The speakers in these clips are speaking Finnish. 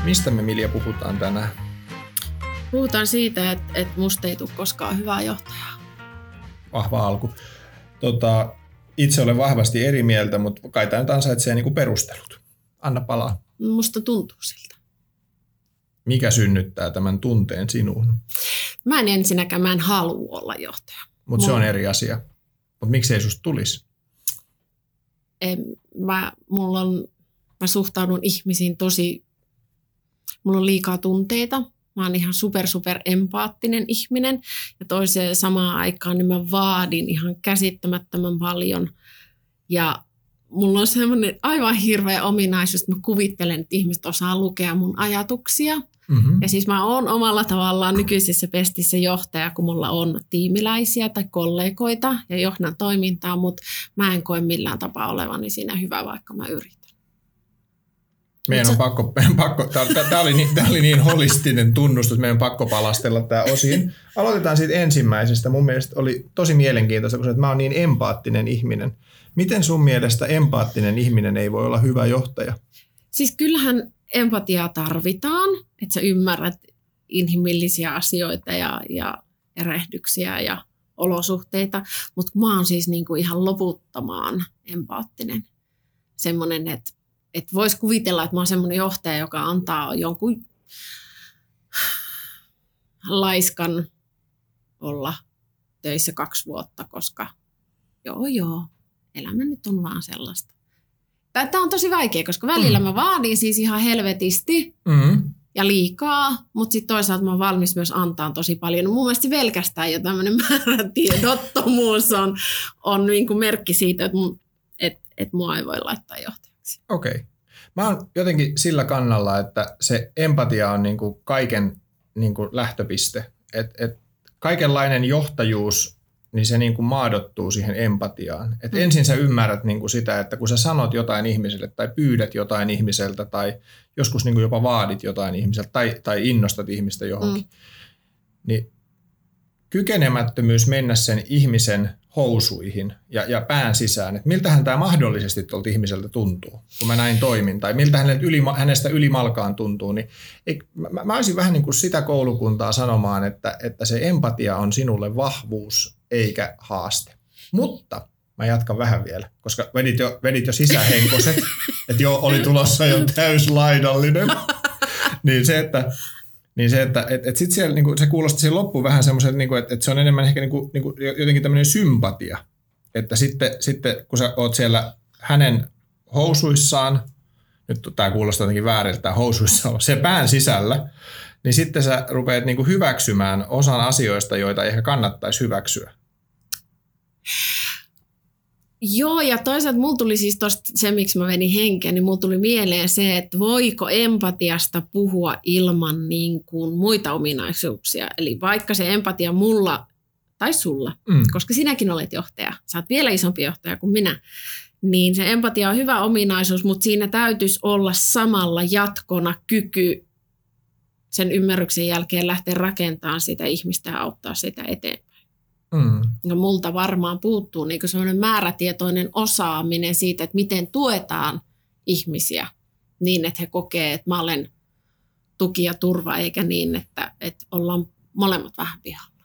Mistä me, Milja, puhutaan tänään? Puhutaan siitä, että musta ei tule koskaan hyvää johtajaa. Vahva alku. Itse olen vahvasti eri mieltä, mutta kai tämä nyt ansaitsee niinku perustelut. Anna palaa. Musta tuntuu siltä. Mikä synnyttää tämän tunteen sinuun? Mä en halua olla johtaja. Mutta se on eri asia. Mutta miksi ei susta tulisi? Mä suhtaudun ihmisiin mulla on liikaa tunteita. Mä oon ihan super empaattinen ihminen ja toiseen samaan aikaan niin mä vaadin ihan käsittämättömän paljon. Ja mulla on semmoinen aivan hirveä ominaisuus, että mä kuvittelen, että ihmiset osaa lukea mun ajatuksia. Mm-hmm. Ja siis mä oon omalla tavallaan nykyisessä pestissä johtaja, kun mulla on tiimiläisiä tai kollegoita ja johdan toimintaa, mutta mä en koe millään tapaa olevani siinä hyvä, vaikka mä yritän. Meidän on pakko tämä oli niin holistinen tunnustus, meidän on pakko palastella tämä osiin. Aloitetaan siitä ensimmäisestä. Mun mielestä oli tosi mielenkiintoista, kun mä oon niin empaattinen ihminen. Miten sun mielestä empaattinen ihminen ei voi olla hyvä johtaja? Siis kyllähän empatiaa tarvitaan, että sä ymmärrät inhimillisiä asioita ja erehdyksiä ja olosuhteita, mutta mä oon siis niinku ihan loputtomaan empaattinen. Semmoinen, että voisi kuvitella, että mä oon semmoinen johtaja, joka antaa jonkun laiskan olla töissä 2 vuotta, koska joo, elämä nyt on vaan sellaista. Tämä on tosi vaikea, koska välillä mä vaadin siis ihan helvetisti ja liikaa, mutta sitten toisaalta mä oon valmis myös antaa tosi paljon. No mun mielestä pelkästään jo tämmöinen määrätiedottomuus on niin kuin merkki siitä, että mua ei voi laittaa johtajaksi. Okei. Mä oon jotenkin sillä kannalla, että se empatia on niin kuin kaiken niin kuin lähtöpiste. Et kaikenlainen johtajuus, niin se niin kuin maadottuu siihen empatiaan. Et ensin sä ymmärrät niin kuin sitä, että kun sä sanot jotain ihmiselle tai pyydät jotain ihmiseltä tai joskus niin kuin jopa vaadit jotain ihmiseltä tai innostat ihmistä johonkin, niin kykenemättömyys mennä sen ihmisen housuihin ja pään sisään, että miltähän tämä mahdollisesti tuolta ihmiseltä tuntuu, kun mä näin toimin, tai miltä hänestä ylimalkaan tuntuu, niin mä olisin vähän niin kuin sitä koulukuntaa sanomaan, että se empatia on sinulle vahvuus eikä haaste. Mutta mä jatkan vähän vielä, koska vedit jo sisähenkoset, että joo, oli tulossa jo täyslaidallinen. Niin se, että sitten siellä niinku, se kuulosti siihen loppuun vähän semmoiselta, niinku, että se on enemmän ehkä niinku, jotenkin tämmöinen sympatia. Että sitten kun sä oot siellä hänen housuissaan, nyt tämä kuulostaa jotenkin vääriltä, housuissa se pään sisällä, niin sitten sä rupeat niinku hyväksymään osan asioista, joita ehkä kannattaisi hyväksyä. Joo, ja toisaalta mulla tuli siis tosta se, miksi mä venin henkeä, niin mulla tuli mieleen se, että voiko empatiasta puhua ilman niin kuin muita ominaisuuksia. Eli vaikka se empatia mulla tai sulla, koska sinäkin olet johtaja, sä oot vielä isompi johtaja kuin minä, niin se empatia on hyvä ominaisuus, mutta siinä täytyisi olla samalla jatkona kyky sen ymmärryksen jälkeen lähteä rakentamaan sitä ihmistä ja auttaa sitä eteenpäin. Ja multa varmaan puuttuu niin sellainen määrätietoinen osaaminen siitä, että miten tuetaan ihmisiä niin, että he kokee, että mä olen tuki ja turva, eikä niin, että ollaan molemmat vähän pihalla.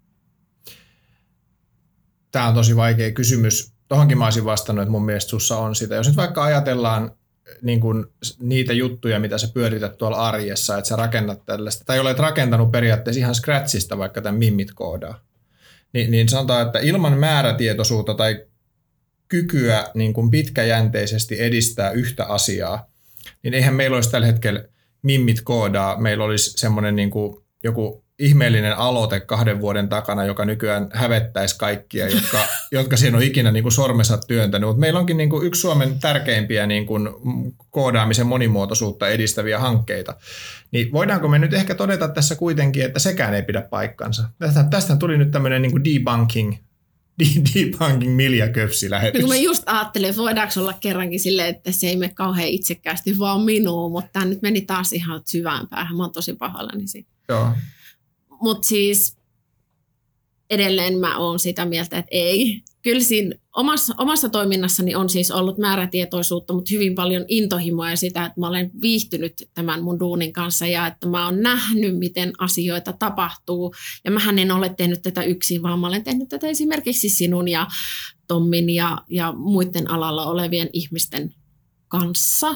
Tämä on tosi vaikea kysymys. Tuohonkin mä olisin vastannut, että mun mielestä sussa on sitä. Jos nyt vaikka ajatellaan niin kuin niitä juttuja, mitä sä pyörität tuolla arjessa, että sä rakennat tällaista, tai olet rakentanut periaatteessa ihan scratchista vaikka tämän mimmit koodaa. Niin sanotaan, että ilman määrätietoisuutta tai kykyä niin kuin pitkäjänteisesti edistää yhtä asiaa, niin eihän meillä olisi tällä hetkellä mimmit koodaa. Meillä olisi semmoinen niin kuin joku ihmeellinen aloite 2 vuoden takana, joka nykyään hävettäisi kaikkia, jotka siinä on ikinä niin kuin sormensa työntänyt. Mutta meillä onkin niin kuin yksi Suomen tärkeimpiä niin kuin koodaamisen monimuotoisuutta edistäviä hankkeita. Niin voidaanko me nyt ehkä todeta tässä kuitenkin, että sekään ei pidä paikkansa? Tästä tuli nyt tämmöinen niin kuin debunking Milja Köpsi-lähetys. No, mä just ajattelin, että voidaanko olla kerrankin silleen, että se ei mene kauhean itsekkäästi vaan minuun, mutta tämä nyt meni taas ihan syvään päähän. Mä oon tosi pahoillani siitä. Joo. Mutta siis edelleen mä oon sitä mieltä, että ei. kyllä siinä omassa toiminnassani on siis ollut määrätietoisuutta, mutta hyvin paljon intohimoa ja sitä, että mä olen viihtynyt tämän mun duunin kanssa ja että mä oon nähnyt, miten asioita tapahtuu. Ja mähän en ole tehnyt tätä yksin, vaan mä olen tehnyt tätä esimerkiksi sinun ja Tommin ja muiden alalla olevien ihmisten kanssa.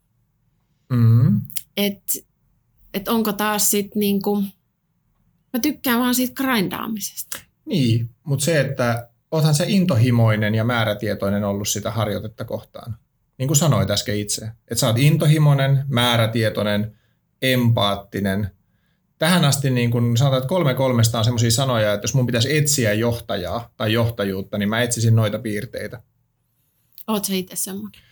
Mm-hmm. Et onko taas sitten niinku, mä tykkään vaan siitä grindaamisesta. Niin, mutta se, että oothan se intohimoinen ja määrätietoinen ollut sitä harjoitetta kohtaan. Niin kuin sanoit äsken itse. Että sä oot intohimoinen, määrätietoinen, empaattinen. Tähän asti niin kun sanotaan, että 3/3 on semmoisia sanoja, että jos mun pitäisi etsiä johtajaa tai johtajuutta, niin mä etsisin noita piirteitä. Oot sä itse semmoinen?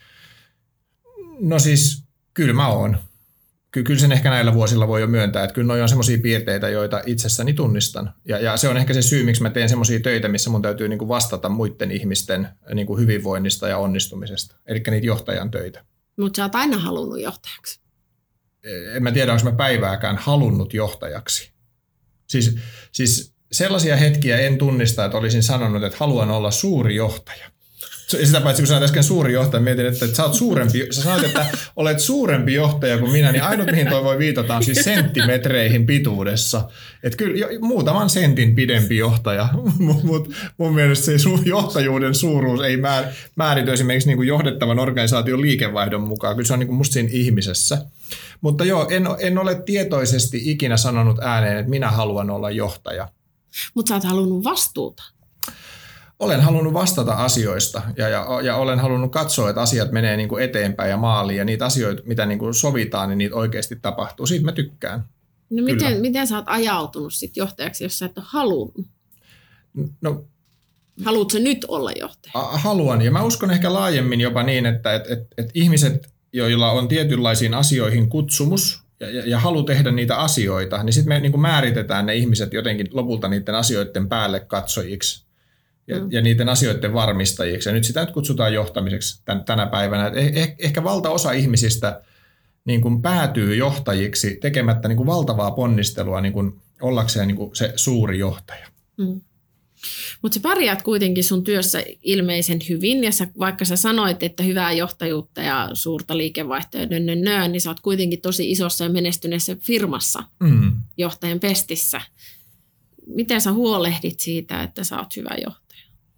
No siis, kyllä mä oon. Kyllä sen ehkä näillä vuosilla voi jo myöntää, että kyllä noi on semmoisia piirteitä, joita itsessäni tunnistan. Ja se on ehkä se syy, miksi mä teen semmoisia töitä, missä mun täytyy niinku vastata muiden ihmisten niinku hyvinvoinnista ja onnistumisesta. Eli niitä johtajan töitä. Mutta sä oot aina halunnut johtajaksi. En mä tiedä, onko mä päivääkään halunnut johtajaksi. Siis sellaisia hetkiä en tunnista, että olisin sanonut, että haluan olla suuri johtaja. Sitä paitsi, kun sanoit äsken suuri johtaja, mietin, että sä oot suurempi. Sä sanoit, että olet suurempi johtaja kuin minä, niin ainut mihin toi voi viitata on siis senttimetreihin pituudessa. Että kyllä muutaman sentin pidempi johtaja, mutta mun mielestä se johtajuuden suuruus ei määrity esimerkiksi niin kuin johdettavan organisaation liikevaihdon mukaan. Kyllä se on niin kuin musta siinä ihmisessä. Mutta joo, en ole tietoisesti ikinä sanonut ääneen, että minä haluan olla johtaja. Mutta sä oot halunnut vastuuta. Olen halunnut vastata asioista ja olen halunnut katsoa, että asiat menee niin kuin eteenpäin ja maaliin ja niitä asioita, mitä niin kuin sovitaan, niin niitä oikeasti tapahtuu. Siitä mä tykkään. No miten sä oot ajautunut sit johtajaksi, jos sä et ole halunnut? No, haluatko nyt olla johtaja? Haluan ja mä uskon ehkä laajemmin jopa niin, että ihmiset, joilla on tietynlaisiin asioihin kutsumus ja halu tehdä niitä asioita, niin sitten me niin kuin määritetään ne ihmiset jotenkin lopulta niiden asioiden päälle katsojiksi. Ja niiden asioiden varmistajiksi. Ja nyt sitä kutsutaan johtamiseksi tänä päivänä. Ehkä valtaosa ihmisistä niin kuin päätyy johtajiksi tekemättä niin kuin valtavaa ponnistelua niin kuin ollakseen niin kuin se suuri johtaja. Mutta sä pärjäät kuitenkin sun työssä ilmeisen hyvin. Ja vaikka sä sanoit, että hyvää johtajuutta ja suurta liikevaihtoa, niin sä oot kuitenkin tosi isossa ja menestyneessä firmassa johtajan pestissä. Miten sä huolehdit siitä, että sä oot hyvä johtaja?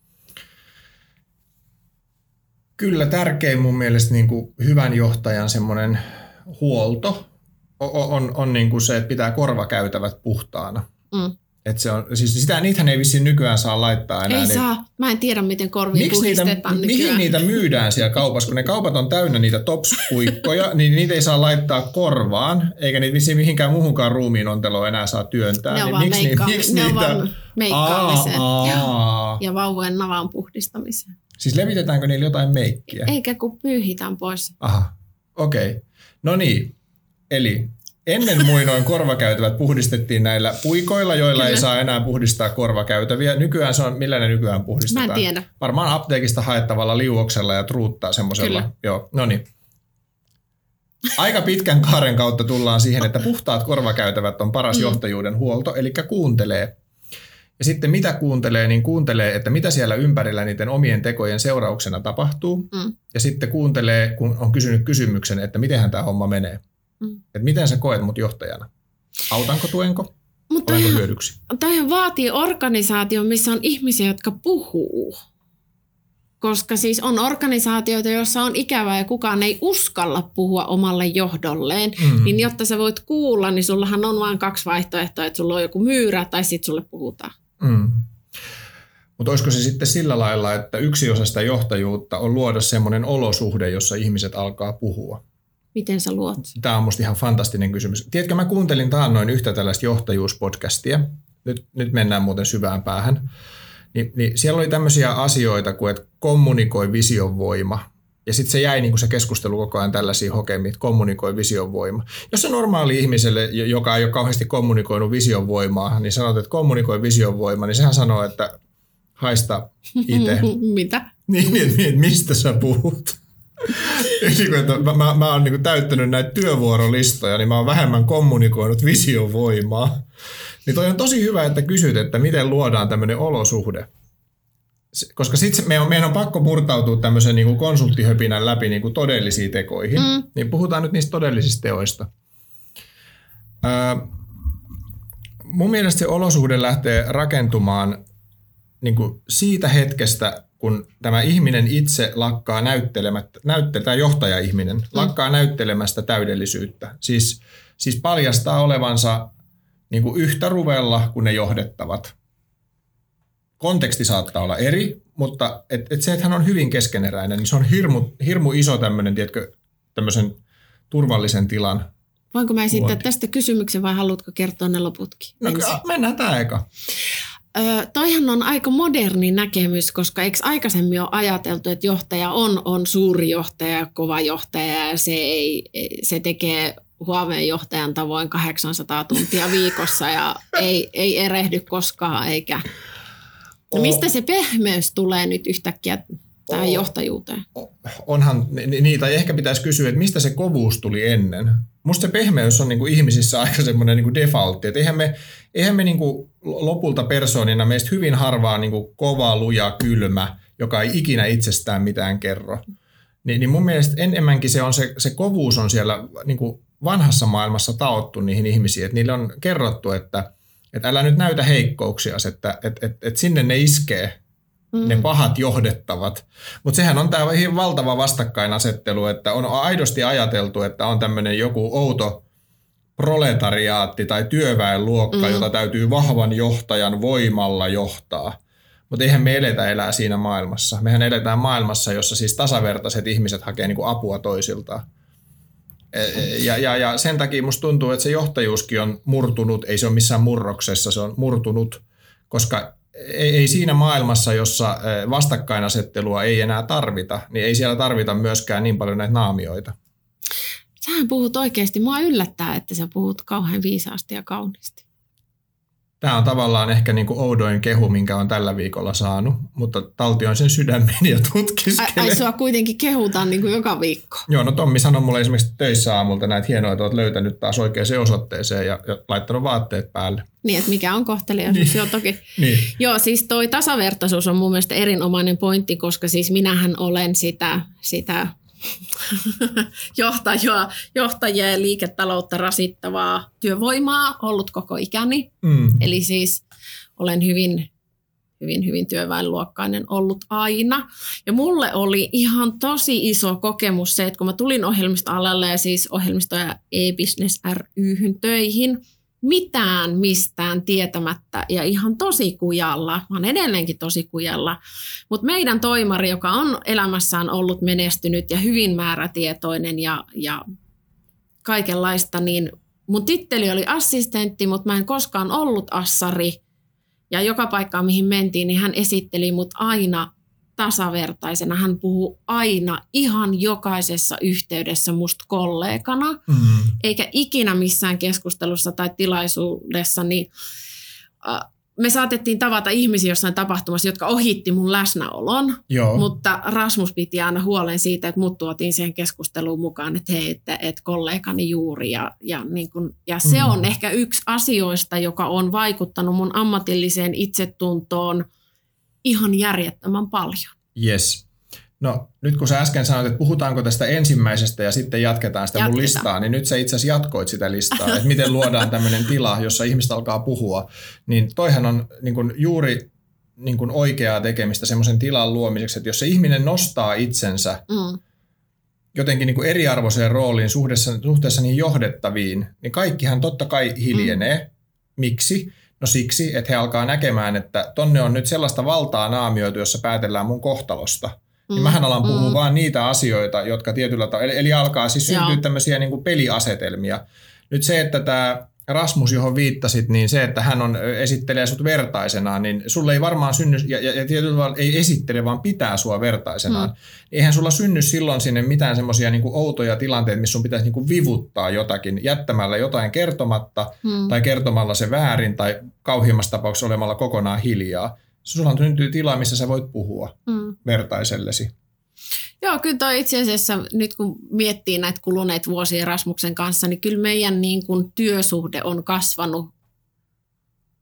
Kyllä tärkein mun mielestä niin kuin hyvän johtajan semmoinen huolto on niin kuin se, että pitää korvakäytävät puhtaana. Että se on, siis niitähän ei vissiin nykyään saa laittaa enää. Ei saa. Mä en tiedä, miten korviin puhdistetaan nykyään. Mihin niitä myydään siellä kaupassa? Kun ne kaupat on täynnä niitä TOPS-puikkoja, niin niitä ei saa laittaa korvaan, eikä niitä vissiin mihinkään muuhunkaan ruumiinonteloon enää saa työntää. Ne on vaan meikkaamiseen ja vauvojen navan puhdistamiseen. Siis levitetäänkö niillä jotain meikkiä? Eikä kun pyyhitään pois. Aha, okei. No niin, eli ennen muinoin korvakäytävät puhdistettiin näillä puikoilla, joilla ei saa enää puhdistaa korvakäytäviä. Nykyään se on, millä ne nykyään puhdistetaan? Mä en tiedä. Varmaan apteekista haettavalla liuoksella ja truuttaa semmoisella. Kyllä. Joo, no niin. Aika pitkän kaaren kautta tullaan siihen, että puhtaat korvakäytävät on paras johtajuuden huolto, eli kuuntelee. Ja sitten mitä kuuntelee, niin kuuntelee, että mitä siellä ympärillä niiden omien tekojen seurauksena tapahtuu. Ja sitten kuuntelee, kun on kysynyt kysymyksen, että mitenhän tämä homma menee. Että miten sä koet mut johtajana? Autanko, tuenko? Olenko hyödyksi? Tämähän vaatii organisaation, missä on ihmisiä, jotka puhuu. Koska siis on organisaatioita, joissa on ikävää ja kukaan ei uskalla puhua omalle johdolleen. Niin jotta sä voit kuulla, niin sullahan on vain 2 vaihtoehtoa, että sulla on joku myyrä tai sitten sulle puhutaan. Mutta olisiko se sitten sillä lailla, että yksi osa sitä johtajuutta on luoda semmoinen olosuhde, jossa ihmiset alkaa puhua? Miten sä luot? Tämä on musta ihan fantastinen kysymys. Tiedätkö, mä kuuntelin taannoin yhtä tällaista johtajuuspodcastia. Nyt mennään muuten syvään päähän. Niin siellä oli tämmöisiä asioita kuin, että kommunikoi vision voima. Ja sitten se jäi niin kuin se keskustelu koko ajan tällaisiin hokemiin, että kommunikoi vision voima. Jos se normaali ihmiselle, joka ei ole kauheasti kommunikoinut vision voimaa, niin sanot, että kommunikoi vision voima, niin sehän sanoo, että haista itse. Mitä? Niin, mistä sä puhut? Mä oon niin täyttänyt näitä työvuorolistoja, niin mä oon vähemmän kommunikoinut vision voimaa. Niin toi on tosi hyvä, että kysyt, että miten luodaan tämmöinen olosuhde. koska sitten meidän on pakko murtautua tämmöisen niin kuin konsulttihöpinän läpi niin kuin todellisiin tekoihin, niin puhutaan nyt niistä todellisista teoista. Mun mielestä se olosuhde lähtee rakentumaan niin kuin siitä hetkestä, kun tämä ihminen itse lakkaa tämä johtaja-ihminen lakkaa näyttelemästä täydellisyyttä. Siis paljastaa olevansa niin kuin yhtä ruvella kuin ne johdettavat. Konteksti saattaa olla eri, mutta se, että hän on hyvin keskeneräinen, niin se on hirmu iso tämmöisen turvallisen tilan. Voinko mä esittää tästä kysymyksen vai haluatko kertoa ne loputkin? No mennään tää eka. Toihan on aika moderni näkemys, koska eikö aikaisemmin ole ajateltu, että johtaja on suuri johtaja ja kova johtaja ja se tekee Huawei johtajan tavoin 800 tuntia viikossa ja ei erehdy koskaan eikä... No mistä se pehmeys tulee nyt yhtäkkiä tähän johtajuuteen? Onhan niitä, ehkä pitäisi kysyä, että mistä se kovuus tuli ennen. Musta se pehmeys on niin kuin ihmisissä aika semmoinen niin kuin defaultti. Että eihän me niin kuin lopulta persoonina meistä hyvin harvaa niin kuin kova, luja, kylmä, joka ei ikinä itsestään mitään kerro. Niin mun mielestä enemmänkin se kovuus on siellä niin kuin vanhassa maailmassa taottu niihin ihmisiin. Että niille on kerrottu, että älä nyt näytä heikkouksia, että sinne ne iskee, ne pahat johdettavat. Mutta sehän on tämä valtava vastakkainasettelu, että on aidosti ajateltu, että on tämmöinen joku outo proletariaatti tai työväenluokka, jota täytyy vahvan johtajan voimalla johtaa. Mutta eihän me elää siinä maailmassa. Mehän eletään maailmassa, jossa siis tasavertaiset ihmiset hakee niinku apua toisiltaan. Ja sen takia musta tuntuu, että se johtajuuskin on murtunut, ei se ole missään murroksessa, se on murtunut, koska ei siinä maailmassa, jossa vastakkainasettelua ei enää tarvita, niin ei siellä tarvita myöskään niin paljon näitä naamioita. Sähän puhut oikeasti, mua yllättää, että sä puhut kauhean viisaasti ja kauniisti. Tämä on tavallaan ehkä niin kuin oudoin kehu, minkä on tällä viikolla saanut, mutta taltioin sen sydämen ja tutkiskelen. Ai sua kuitenkin kehutaan niin kuin joka viikko. Joo, no Tommi sanoi mulle esimerkiksi töissä aamulta näitä hienoja, että olet löytänyt taas oikeaan osoitteeseen ja laittanut vaatteet päälle. Niin, että mikä on kohteliaisuus, niin. Joo toki. Niin. Joo, siis toi tasavertaisuus on mun mielestä erinomainen pointti, koska siis minähän olen sitä johtajia ja liiketaloutta rasittavaa työvoimaa ollut koko ikäni. Eli siis olen hyvin työväenluokkainen ollut aina. Ja mulle oli ihan tosi iso kokemus se, että kun mä tulin ohjelmistoalalle ja siis ohjelmisto- ja e-business ry:hyn töihin, mitään mistään tietämättä ja ihan tosi kujalla, mä oon edelleenkin tosi kujalla, mutta meidän toimari, joka on elämässään ollut menestynyt ja hyvin määrätietoinen ja kaikenlaista, niin mun titteli oli assistentti, mutta mä en koskaan ollut assari ja joka paikkaan mihin mentiin, niin hän esitteli mut aina tasavertaisena. Hän puhuu aina ihan jokaisessa yhteydessä musta kollegana, eikä ikinä missään keskustelussa tai tilaisuudessa, niin me saatettiin tavata ihmisiä jossain tapahtumassa, jotka ohitti mun läsnäolon, mutta Rasmus piti aina huolen siitä, että mut tuotiin siihen keskusteluun mukaan, että hei, että kollegani juuri. Ja se on ehkä yksi asioista, joka on vaikuttanut mun ammatilliseen itsetuntoon ihan järjettömän paljon. Yes. No nyt kun sä äsken sanoit, että puhutaanko tästä ensimmäisestä ja sitten jatketaan sitä mun listaa, niin nyt sä itse asiassa jatkoit sitä listaa, että miten luodaan tämmöinen tila, jossa ihmiset alkaa puhua. Niin toihan on niin kuin juuri niin kuin oikeaa tekemistä semmoisen tilan luomiseksi, että jos se ihminen nostaa itsensä jotenkin niin kuin eriarvoiseen rooliin suhteessa niin johdettaviin, niin kaikkihan totta kai hiljenee. Miksi? No siksi, että he alkaa näkemään, että tonne on nyt sellaista valtaa naamioitu, jossa päätellään mun kohtalosta. Niin mähän alan puhua vaan niitä asioita, jotka tietyllä tavalla, eli alkaa siis syntyä tämmöisiä niin kuin peliasetelmia. Nyt se, että tämä Rasmus, johon viittasit, niin se, että hän esittelee sut vertaisenaan, niin sulle ei varmaan synny, ja tietyllä tavalla ei esittele, vaan pitää sua vertaisenaan. Eihän sulla synny silloin sinne mitään semmoisia niin kuin outoja tilanteita, missä sun pitäisi niin kuin vivuttaa jotakin, jättämällä jotain kertomatta, tai kertomalla se väärin, tai kauhimmassa tapauksessa olemalla kokonaan hiljaa. Sulla syntyy tila, missä sä voit puhua vertaisellesi. Joo, kyllä toi itse asiassa nyt kun miettii näitä kuluneita vuosia Rasmuksen kanssa, niin kyllä meidän niin kuin työsuhde on kasvanut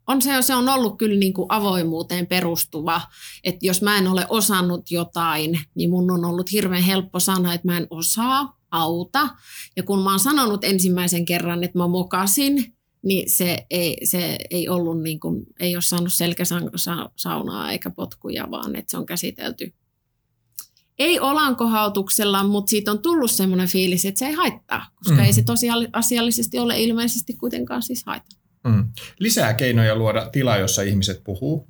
Se on ollut kyllä niin kuin avoimuuteen perustuva, että jos mä en ole osannut jotain, niin mun on ollut hirveän helppo sanoa, että mä en osaa, auta. Ja kun mä oon sanonut ensimmäisen kerran, että mä mokasin, niin se ei ollut niin kuin, ei ole saanut selkäsaunaa eikä potkuja, vaan että se on käsitelty. Ei olankohautuksella, mutta siitä on tullut semmoinen fiilis, että se ei haittaa, koska ei se tosiasiallisesti ole ilmeisesti kuitenkaan siis haittaa. Lisää keinoja luoda tila, jossa ihmiset puhuu.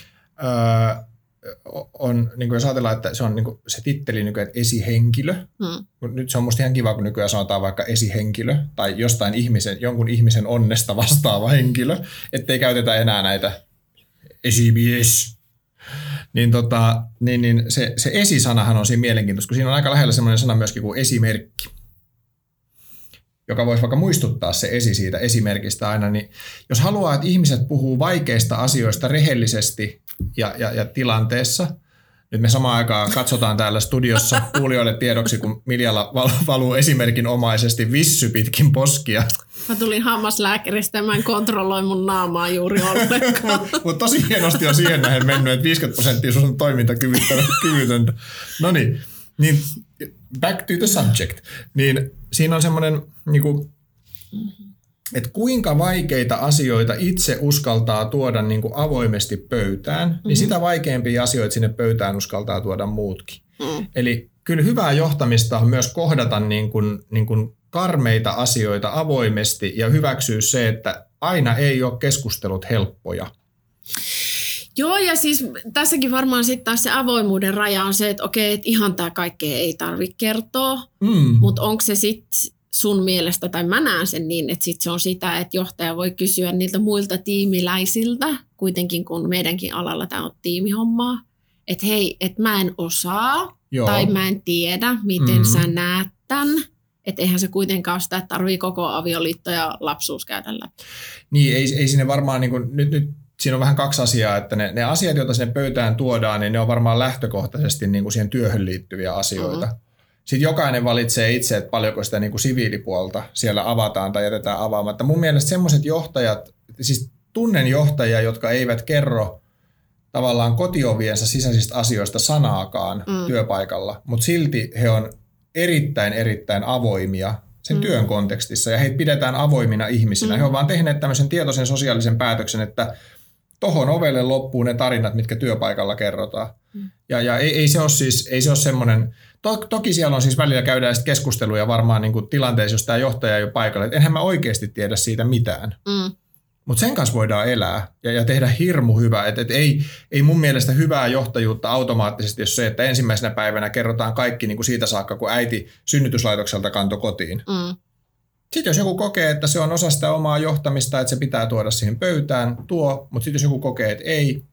On, niin kuin jos ajatellaan, että se on niin kuin se titteli nykyään, että esihenkilö. Nyt se on musta ihan kiva, kun nykyään sanotaan vaikka esihenkilö tai jostain jonkun ihmisen onnesta vastaava henkilö, ettei käytetä enää näitä esimies. Niin se esisanahan on siinä mielenkiintoista, kun siinä on aika lähellä semmoinen sana myöskin kuin esimerkki, joka voisi vaikka muistuttaa se siitä esimerkistä aina, niin jos haluaa, että ihmiset puhuu vaikeista asioista rehellisesti ja tilanteessa, nyt me samaan aikaan katsotaan täällä studiossa kuulijoille tiedoksi, kun Miljalla valuu esimerkinomaisesti vissy pitkin poskia. Mä tulin hammaslääkäristä ja mä en kontrolloi mun naamaa juuri ollenkaan. Mutta tosi hienosti on siihen nähden mennyt, että 50% sun toimintakyvytöntä. No niin, back to the subject. Niin siinä on semmoinen, niinku, että kuinka vaikeita asioita itse uskaltaa tuoda niinku avoimesti pöytään, niin sitä vaikeampia asioita sinne pöytään uskaltaa tuoda muutkin. Eli kyllä hyvää johtamista on myös kohdata niin kuin karmeita asioita avoimesti ja hyväksyä se, että aina ei ole keskustelut helppoja. Joo, ja siis tässäkin varmaan sitten taas se avoimuuden raja on se, että okei, että ihan tämä kaikkea ei tarvitse kertoa, mutta onko se sitten sun mielestä, tai mä näen sen niin, että sit se on sitä, että johtaja voi kysyä niiltä muilta tiimiläisiltä, kuitenkin kun meidänkin alalla tämä on tiimihommaa, että hei, että mä en osaa, tai mä en tiedä, miten sä näet tämän. Että eihän se kuitenkaan ole sitä, että tarvii koko avioliitto ja lapsuus käydä läpi. Niin, ei sinne varmaan, niin kuin, nyt siinä on vähän kaksi asiaa, että ne asiat, joita sinne pöytään tuodaan, niin ne on varmaan lähtökohtaisesti niin kuin siihen työhön liittyviä asioita. Sitten jokainen valitsee itse, että paljonko sitä niin kuin siviilipuolta siellä avataan tai jätetään avaamatta. Mun mielestä semmoiset johtajat, siis tunnen johtajia, jotka eivät kerro tavallaan kotioviensa sisäisistä asioista sanaakaan työpaikalla, mutta silti he on erittäin avoimia sen työn kontekstissa ja heitä pidetään avoimina ihmisinä. He ovat vaan tehneet tämmöisen tietoisen sosiaalisen päätöksen, että tohon ovelle loppuu ne tarinat, mitkä työpaikalla kerrotaan. Ja ei se ole siis, ei se ole semmoinen, toki siellä on siis välillä käydään keskusteluja varmaan niin kuin tilanteessa, jos tämä johtaja ei ole paikalla, että enhän mä oikeasti tiedä siitä mitään. Mutta sen kanssa voidaan elää ja tehdä hirmu hyvää. Et ei mun mielestä hyvää johtajuutta automaattisesti, jos se, että ensimmäisenä päivänä kerrotaan kaikki niin kuin siitä saakka, kun äiti synnytyslaitokselta kantoi kotiin. Sitten jos joku kokee, että se on osa sitä omaa johtamista, että se pitää tuoda siihen pöytään, tuo. Mutta sitten jos joku kokee, että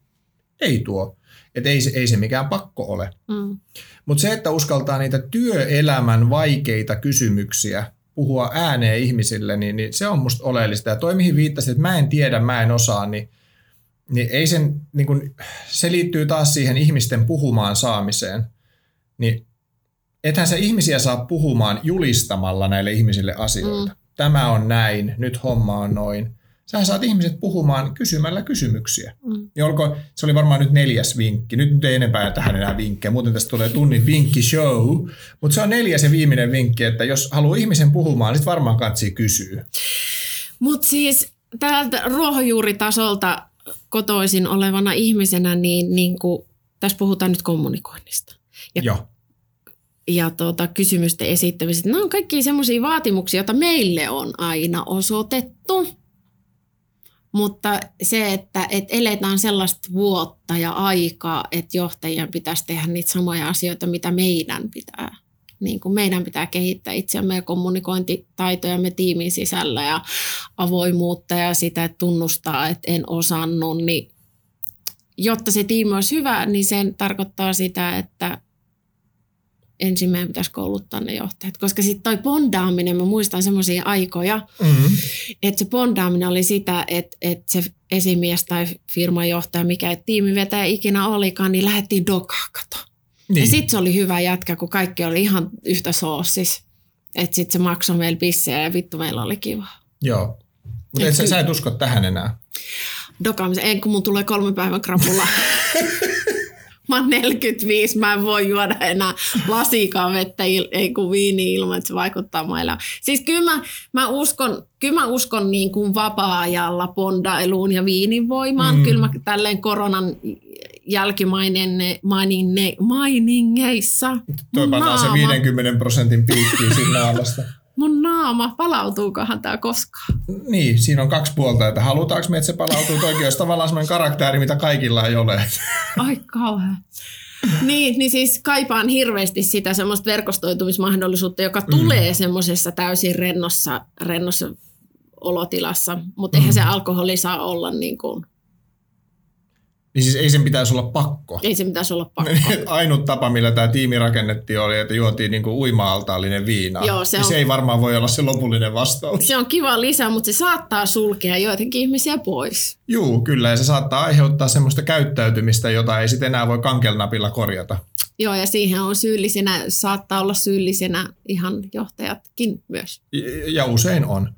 ei tuo. Että ei se mikään pakko ole. Mutta se, että uskaltaa niitä työelämän vaikeita kysymyksiä puhua ääneen ihmisille, niin se on musta oleellista. Ja toi, mihin viittasit, että mä en tiedä, mä en osaa, niin ei sen, niin kun, se liittyy taas siihen ihmisten puhumaan saamiseen. Niin ethän sä ihmisiä saa puhumaan julistamalla näille ihmisille asioita. Tämä on näin, nyt homma on noin. Sä saat ihmiset puhumaan kysymällä kysymyksiä. Ja se oli varmaan nyt 4. vinkki. Nyt ei enempää tähän enää vinkkejä. Muuten tästä tulee tunnin vinkkishow. Mutta se on 4. ja viimeinen vinkki, että jos haluaa ihmisen puhumaan, niin sit varmaan katsii kysyy. Mutta siis täältä ruohonjuuritasolta kotoisin olevana ihmisenä, niin tässä puhutaan nyt kommunikoinnista. Ja kysymysten esittämisestä. Nämä on kaikki semmoisia vaatimuksia, joita meille on aina osoitettu. Mutta se, että eletään sellaista vuotta ja aikaa, että johtajien pitäisi tehdä niitä samoja asioita, mitä meidän pitää. Niin kuin meidän pitää kehittää itseämme ja kommunikointitaitojamme tiimin sisällä ja avoimuutta ja sitä, että tunnustaa, että en osannut. Niin, jotta se tiimi olisi hyvä, niin sen tarkoittaa sitä, että ensin meidän pitäisi kouluttaa ne johtajat. Koska sitten toi bondaaminen, mä muistan semmoisia aikoja, että se bondaaminen oli sitä, että se esimies tai firmanjohtaja, mikä tiimivetäjä ikinä olikaan, niin lähdettiin dokaa kato. Niin. Ja sitten se oli hyvä jätkä, kun kaikki oli ihan yhtä soossis. Että sitten se maksoi meillä pissejä ja vittu meillä oli kiva. Joo, mutta sä et usko tähän enää? dokaamisen. Kun mun tulee 3 päivän krapula. Mä oon 45, mä en voi juoda enää lasikaan vettä, ei kun viini ilman, että se vaikuttaa mun elämään. Siis kyllä mä uskon niin kuin vapaa-ajalla pondailuun ja viinin voimaan. Kyllä mä tälleen koronan jälkimainingeissa. Toi pannaan se 50% piikkiin siinä naamasta. Mun naama, palautuukohan tää koskaan? Niin, siinä on 2 puolta, että halutaanko me, että se palautuu. Toikin olisi tavallaan sellainen karakteri, mitä kaikilla ei ole. Ai kauhean. Niin siis kaipaan hirveästi sitä semmoista verkostoitumismahdollisuutta, joka tulee semmoisessa täysin rennossa olotilassa, mutta eihän se alkoholi saa olla niin kuin... Niin siis ei sen pitäisi olla pakko. Ei sen pitäisi olla pakko. Ainut tapa, millä tämä tiimi rakennettiin, oli, että juotiin niin kuin uima-altaallinen viinaa. Joo, se ei varmaan voi olla se lopullinen vastaus. Se on kiva lisä, mutta se saattaa sulkea joitakin ihmisiä pois. Juu, kyllä. Ja se saattaa aiheuttaa semmoista käyttäytymistä, jota ei sitten enää voi kankelnapilla korjata. Joo, ja siihen saattaa olla syyllisenä ihan johtajatkin myös. Ja usein on.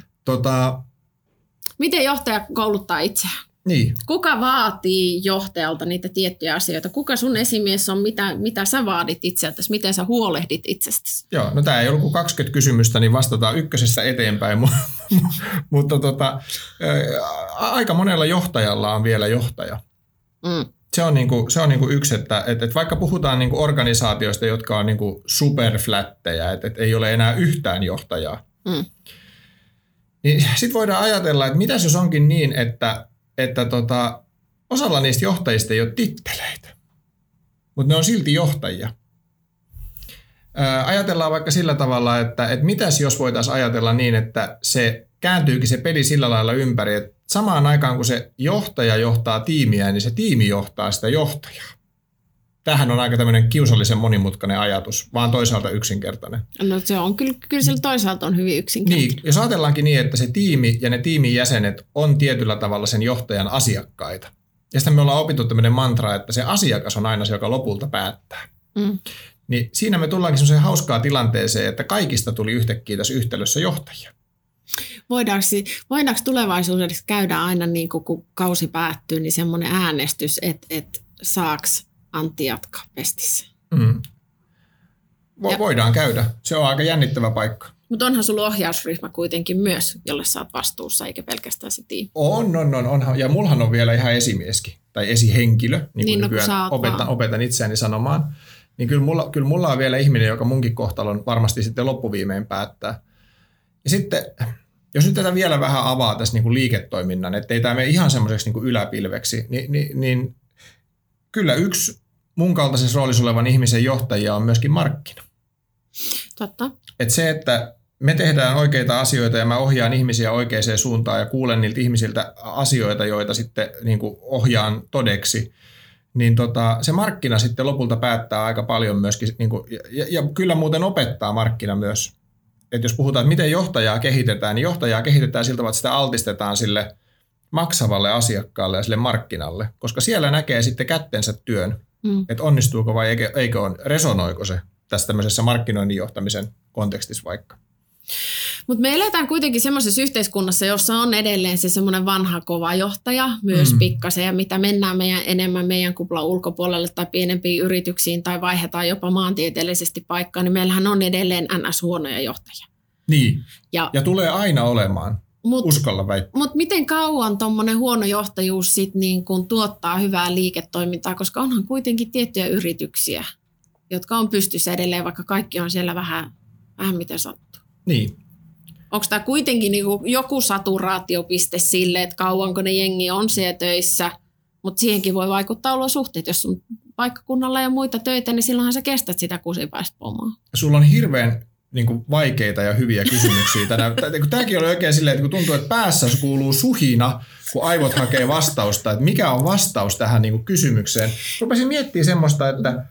Miten johtaja kouluttaa itseään? Niin. Kuka vaatii johtajalta niitä tiettyjä asioita? Kuka sun esimies on, mitä sä vaadit itseltäsi? Miten sä huolehdit itsestäsi? Joo, no tää ei ollut kuin 20 kysymystä, niin vastataan ykkösessä eteenpäin, mutta aika monella johtajalla on vielä johtaja. Se on niinku yksi, että vaikka puhutaan niinku organisaatioista, jotka on niinku superflättejä, että ei ole enää yhtään johtajaa, niin sitten voidaan ajatella, että mitäs jos onkin niin, että osalla niistä johtajista ei ole titteleitä, mutta ne on silti johtajia. Ajatellaan vaikka sillä tavalla, että mitäs jos voitaisiin ajatella niin, että se kääntyykin se peli sillä lailla ympäri, että samaan aikaan kun se johtaja johtaa tiimiä, niin se tiimi johtaa sitä johtajaa. Tämähän on aika tämmöinen kiusallisen monimutkainen ajatus, vaan toisaalta yksinkertainen. No se on kyllä sillä toisaalta on hyvin yksinkertainen. Niin, jos ajatellaankin niin, että se tiimi ja ne tiimin jäsenet on tietyllä tavalla sen johtajan asiakkaita. Ja sitten me ollaan opittu tämmöinen mantra, että se asiakas on aina se, joka lopulta päättää. Niin siinä me tullaankin semmoiseen hauskaan tilanteeseen, että kaikista tuli yhtäkkiä tässä yhtälössä johtajia. Voidaanko tulevaisuudessa käydä aina niin kun kausi päättyy, niin semmoinen äänestys, että saaks Antti jatkaa pestissä? Voidaan käydä. Se on aika jännittävä paikka. Mutta onhan sulla ohjausryhmä kuitenkin myös, jolle sä oot vastuussa, eikä pelkästään se tiimi. Onhan. Ja mullahan on vielä ihan esimieskin, tai esihenkilö, niin kuin nykyään opetan itseäni sanomaan. Niin kyllä mulla on vielä ihminen, joka munkin kohtalon varmasti sitten loppuviimein päättää. Ja sitten, jos nyt tätä vielä vähän avaa tässä niin kuin liiketoiminnan, ettei tämä mene ihan semmoiseksi niin kuin yläpilveksi, niin kyllä yksi mun kaltaisessa roolissa olevan ihmisen johtajia on myöskin markkina. Totta. Että se, että me tehdään oikeita asioita ja mä ohjaan ihmisiä oikeaan suuntaan ja kuulen niiltä ihmisiltä asioita, joita sitten niin kuin ohjaan todeksi, niin se markkina sitten lopulta päättää aika paljon myöskin, niin kuin, ja kyllä muuten opettaa markkina myös. Että jos puhutaan, että miten johtajaa kehitetään, niin johtajaa kehitetään siltä, että sitä altistetaan sille maksavalle asiakkaalle ja sille markkinalle, koska siellä näkee sitten kättensä työn, että onnistuuko vai eikö on, resonoiko se tässä tämmöisessä markkinoinnin johtamisen kontekstissa vaikka. Mutta me eletään kuitenkin semmoisessa yhteiskunnassa, jossa on edelleen se semmoinen vanha kova johtaja myös pikkasen, ja mitä mennään enemmän meidän kuplan ulkopuolelle tai pienempiin yrityksiin tai vaihdetaan jopa maantieteellisesti paikkaa, niin meillähän on edelleen NS-huonoja johtajia. Niin, ja tulee aina olemaan. Uskalla väittää. Mutta miten kauan tuommoinen huono johtajuus sit niin kun tuottaa hyvää liiketoimintaa, koska onhan kuitenkin tiettyjä yrityksiä, jotka on pystyssä edelleen, vaikka kaikki on siellä vähän miten sattuu. Niin. Onko tämä kuitenkin niin joku saturaatiopiste sille, että kauanko ne jengi on siellä töissä, mutta siihenkin voi vaikuttaa olosuhteet. Jos sun paikkakunnalla ei ole muita töitä, niin silloinhan sä kestät sitä kusipäistä pomoa. Sulla on hirveän niin kuin vaikeita ja hyviä kysymyksiä tänään. Tämäkin oli oikein silleen, että kun tuntuu, että päässä kuuluu suhina, kun aivot hakee vastausta, että mikä on vastaus tähän niin kuin kysymykseen. Rupesin miettimään semmoista, että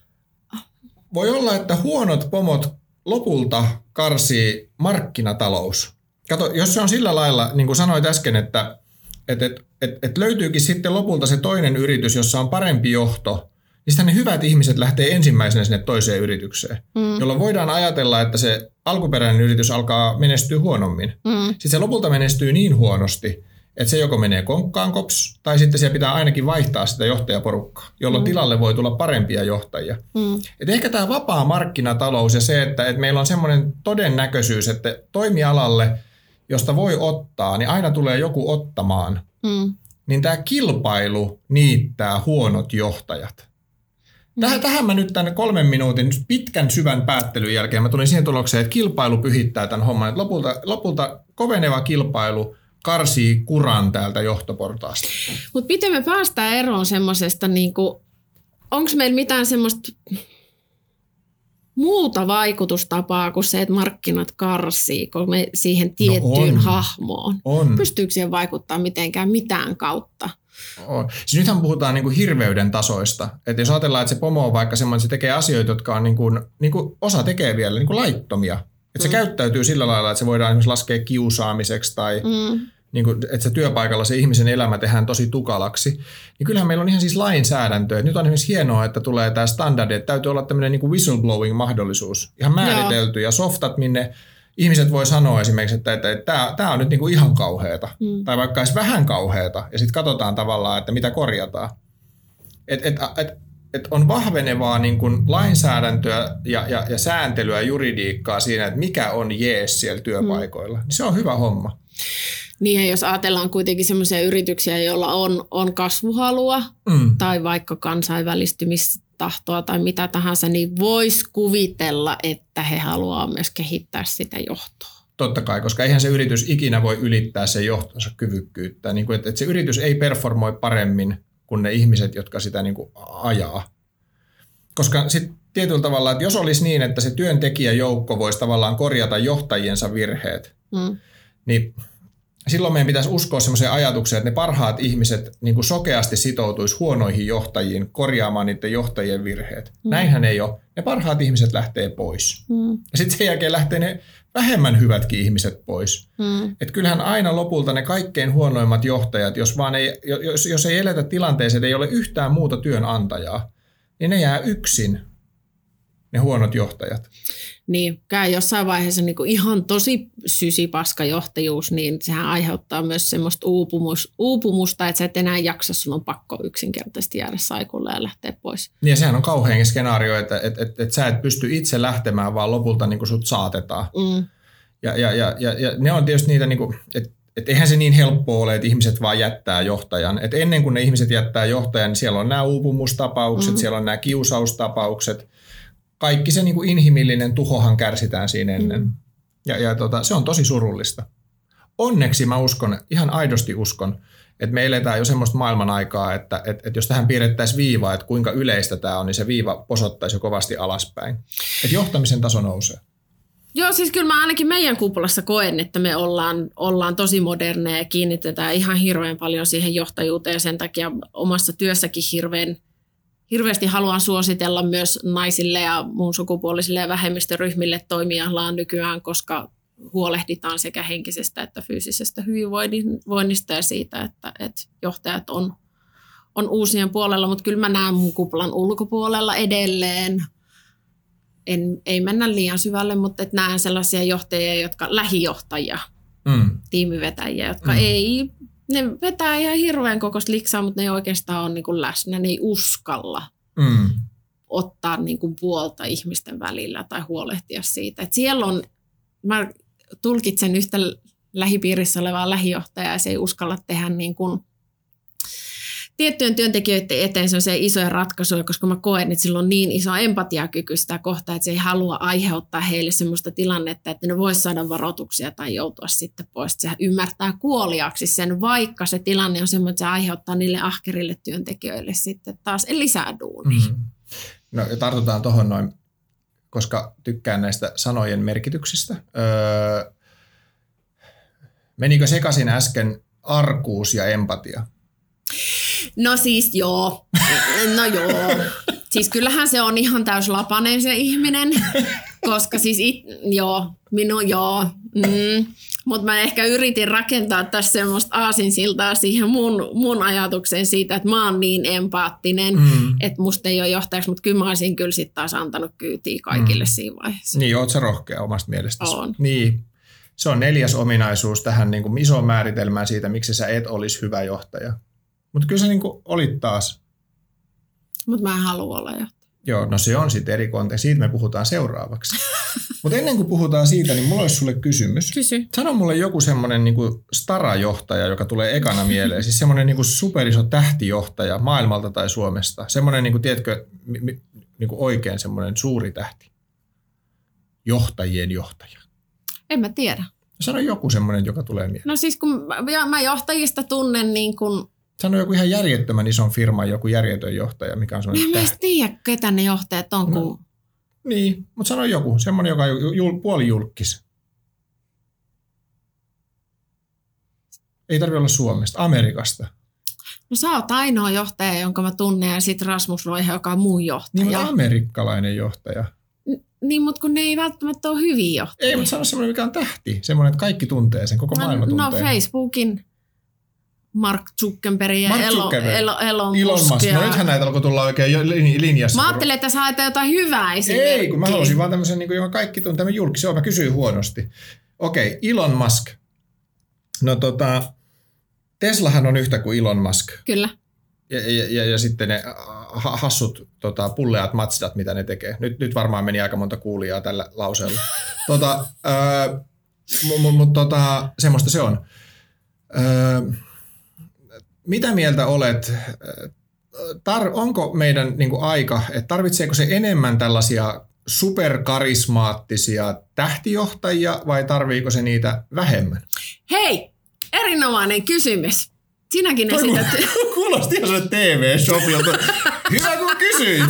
voi olla, että huonot pomot lopulta karsii markkinatalous. Kato, jos se on sillä lailla, niin kuin sanoit äsken, että löytyykin sitten lopulta se toinen yritys, jossa on parempi johto, niin sitten ne hyvät ihmiset lähtee ensimmäisenä sinne toiseen yritykseen, jolloin voidaan ajatella, että se alkuperäinen yritys alkaa menestyä huonommin. Sitten se lopulta menestyy niin huonosti, että se joko menee konkkaan kops, tai sitten siellä pitää ainakin vaihtaa sitä johtajaporukkaa, jolloin tilalle voi tulla parempia johtajia. Et ehkä tämä vapaa markkinatalous ja se, että meillä on semmoinen todennäköisyys, että toimialalle, josta voi ottaa, niin aina tulee joku ottamaan, niin tämä kilpailu niittää huonot johtajat. Tähän mä nyt tämän 3 minuutin pitkän syvän päättelyn jälkeen mä tulin siihen tulokseen, että kilpailu pyhittää tämän homman. Että lopulta koveneva kilpailu karsii kuran täältä johtoportaasta. Mutta miten me päästään eroon semmoisesta, niinku, onko meillä mitään semmoista muuta vaikutustapaa kuin se, että markkinat karsii kun me siihen tiettyyn hahmoon? On. Pystyykö siihen vaikuttaa mitenkään mitään kautta? On. Siis nythän puhutaan niinku hirveyden tasoista. Että jos ajatellaan, että se pomo on vaikka semmoinen, että se tekee asioita, jotka on niinku osa tekee vielä niinku laittomia. Että se käyttäytyy sillä lailla, että se voidaan esimerkiksi laskea kiusaamiseksi tai niinku, että se työpaikalla se ihmisen elämä tehdään tosi tukalaksi. Niin kyllähän meillä on ihan siis lainsäädäntö. Et nyt on esimerkiksi hienoa, että tulee tämä standardi, että täytyy olla tämmöinen niinku whistleblowing-mahdollisuus. Ihan määritelty ja softat, minne ihmiset voi sanoa esimerkiksi, että tämä on nyt niinku ihan kauheata. Tai vaikka edes vähän kauheata. Ja sitten katsotaan tavallaan, että mitä korjataan. Et on vahvenevaa niin kuin lainsäädäntöä ja sääntelyä ja juridiikkaa siinä, että mikä on jees siellä työpaikoilla. Niin se on hyvä homma. Niin ja jos ajatellaan kuitenkin semmoisia yrityksiä, joilla on kasvuhalua tai vaikka kansainvälistymistahtoa tai mitä tahansa, niin voisi kuvitella, että he haluaa myös kehittää sitä johtoa. Totta kai, koska eihän se yritys ikinä voi ylittää sen johtonsa kyvykkyyttä. Niin kuin, että se yritys ei performoi paremmin kuin ne ihmiset, jotka sitä niin kuin ajaa. Koska sitten tietyllä tavalla, että jos olisi niin, että se työntekijäjoukko voisi tavallaan korjata johtajiensa virheet, niin silloin meidän pitäisi uskoa semmoiseen ajatukseen, että ne parhaat ihmiset niin kuin sokeasti sitoutuisi huonoihin johtajiin korjaamaan niiden johtajien virheet. Näinhän ei ole. Ne parhaat ihmiset lähtee pois. Ja sitten sen jälkeen lähtee ne vähemmän hyvätkin ihmiset pois. Että kyllähän aina lopulta ne kaikkein huonoimmat johtajat, jos ei eletä tilanteeseen, että ei ole yhtään muuta työnantajaa, niin ne jää yksin, ne huonot johtajat. Niin, käy jossain vaiheessa niin kuin ihan tosi sysipaskajohtajuus, niin sehän aiheuttaa myös semmoista uupumusta, että sä et enää jaksa, sun on pakko yksinkertaisesti jäädä saikulle ja lähteä pois. Niin ja sehän on kauhean skenaario, että sä et pysty itse lähtemään, vaan lopulta niin kuin sut saatetaan. Ja ne on tietysti niitä, niin kuin, että eihän se niin helppoa ole, että ihmiset vaan jättää johtajan. Et ennen kuin ne ihmiset jättää johtajan, niin siellä on nämä uupumustapaukset, siellä on nämä kiusaustapaukset. Kaikki se niin kuin inhimillinen tuhohan kärsitään siinä ennen. Ja se on tosi surullista. Onneksi mä uskon, ihan aidosti uskon, että me eletään jo semmoista maailman aikaa, että jos tähän piirrettäisiin viivaa, että kuinka yleistä tämä on, niin se viiva posottaisi jo kovasti alaspäin. Että johtamisen taso nousee. Joo, siis kyllä mä ainakin meidän kuplassa koen, että me ollaan tosi moderneja ja kiinnitetään ihan hirveän paljon siihen johtajuuteen. Sen takia omassa työssäkin hirveästi haluan suositella myös naisille ja muun sukupuolisille ja vähemmistöryhmille toimiallaan nykyään, koska huolehditaan sekä henkisestä että fyysisestä hyvinvoinnista ja siitä, että johtajat on uusien puolella, mutta kyllä mä näen mun kuplan ulkopuolella edelleen. Ei mennä liian syvälle, mutta näen sellaisia johtajia, lähijohtajia, tiimivetäjiä, jotka ne vetää ihan hirveän kokoista liksaa, mutta ne ei oikeastaan ole niin kuin läsnä, ne ei uskalla ottaa niin kuin puolta ihmisten välillä tai huolehtia siitä. Et siellä on, mä tulkitsen yhtä lähipiirissä olevaa lähijohtajaa, ja se ei uskalla tehdä niin kuin tiettyjen työntekijöiden eteen sellaisia isoja ratkaisuja, koska mä koen, että sillä on niin iso empatiakyky sitä kohtaa, että se ei halua aiheuttaa heille sellaista tilannetta, että ne vois saada varoituksia tai joutua sitten pois. Se ymmärtää kuoliaksi sen, vaikka se tilanne on semmoinen, että se aiheuttaa niille ahkerille työntekijöille sitten taas lisää duunia. No ja tartutaan tuohon noin, koska tykkään näistä sanojen merkityksistä. Menikö sekaisin äsken arkuus ja empatia? No siis joo. Siis kyllähän se on ihan täyslapainen se ihminen, koska siis Mutta mä ehkä yritin rakentaa tässä semmoista aasinsiltaa siihen mun ajatukseen siitä, että mä oon niin empaattinen, että musta ei ole johtajaksi, mutta kyllä mä olisin kyllä sitten taas antanut kyytiä kaikille siinä vaiheessa. Niin, oot sä rohkea omasta mielestäsi? On. Niin. Se on 4. ominaisuus tähän niin kuin isoon määritelmään siitä, miksi sä et olisi hyvä johtaja. Mutta kyllä sä niin kuin olit taas. Mutta mä en halua olla johtaja. Joo, no se on sitten eri konteksti. Siitä me puhutaan seuraavaksi. Mutta ennen kuin puhutaan siitä, niin mulla olisi sulle kysymys. Kysy. Sano mulle joku semmoinen niinku stara-johtaja, joka tulee ekana mieleen. Siis semmoinen niinku superiso tähtijohtaja maailmalta tai Suomesta. Semmoinen, niinku, tiedätkö, niinku oikein semmoinen suuri tähti. Johtajien johtaja. En mä tiedä. Sano joku semmoinen, joka tulee mieleen. No siis kun mä johtajista tunnen niin kuin... Sano joku ihan järjettömän ison firman, joku järjetön johtaja, mikä on semmoinen tähti. Mä en tiedä, ketä ne johtajat on. No. Kun... Niin, mutta sano joku, semmoinen, joka on puolijulkkis. Ei tarvitse olla Suomesta, Amerikasta. No sä oot ainoa johtaja, jonka mä tunnen, ja sitten Rasmus Roihe, joka on mun johtaja. Niin, mutta amerikkalainen johtaja. Niin, mutta kun ne ei välttämättä ole hyviä johtajia. Ei, mutta sano semmoinen, mikä on tähti. Semmoinen, että kaikki tuntee sen, koko maailma tuntee. No Facebookin Mark Zuckerberg ja Elon Musk. No nythän näitä alkoi tulla oikein linjassa. Mä ajattelin, että sä ajattelet jotain hyvää esimerkkiä. Ei, kun mä halusin vaan tämmöisen, joka kaikki tuntee. Mä julkisen, mä kysyin huonosti. Okei, Elon Musk. No Teslahan on yhtä kuin Elon Musk. Kyllä. Ja sitten ne hassut pulleat Mazdat, mitä ne tekee. Nyt varmaan meni aika monta kuulijaa tällä lauseella. Mutta semmoista se on. Mitä mieltä olet? Onko meidän niin kuin aika, että tarvitseeko se enemmän tällaisia superkarismaattisia tähtijohtajia vai tarviiko se niitä vähemmän? Hei, erinomainen kysymys. Sinäkin esität. Kuulosti ihan TV-shopilta. Hyvä kun kysyit.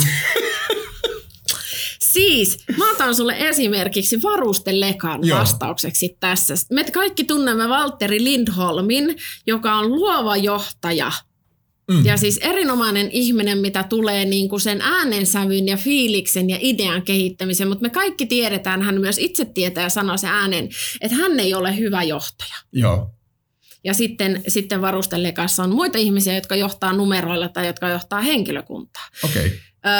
Siis, mä otan sulle esimerkiksi varustelekan vastaukseksi tässä. Me kaikki tunnemme Valtteri Lindholmin, joka on luova johtaja. Ja siis erinomainen ihminen, mitä tulee niin kuin sen äänensävyn ja fiiliksen ja idean kehittämisen. Mutta me kaikki tiedetään, hän myös itse tietää ja sanoo sen äänen, että hän ei ole hyvä johtaja. Joo. Ja sitten varustelekassa on muita ihmisiä, jotka johtaa numeroilla tai jotka johtaa henkilökuntaa. Okei.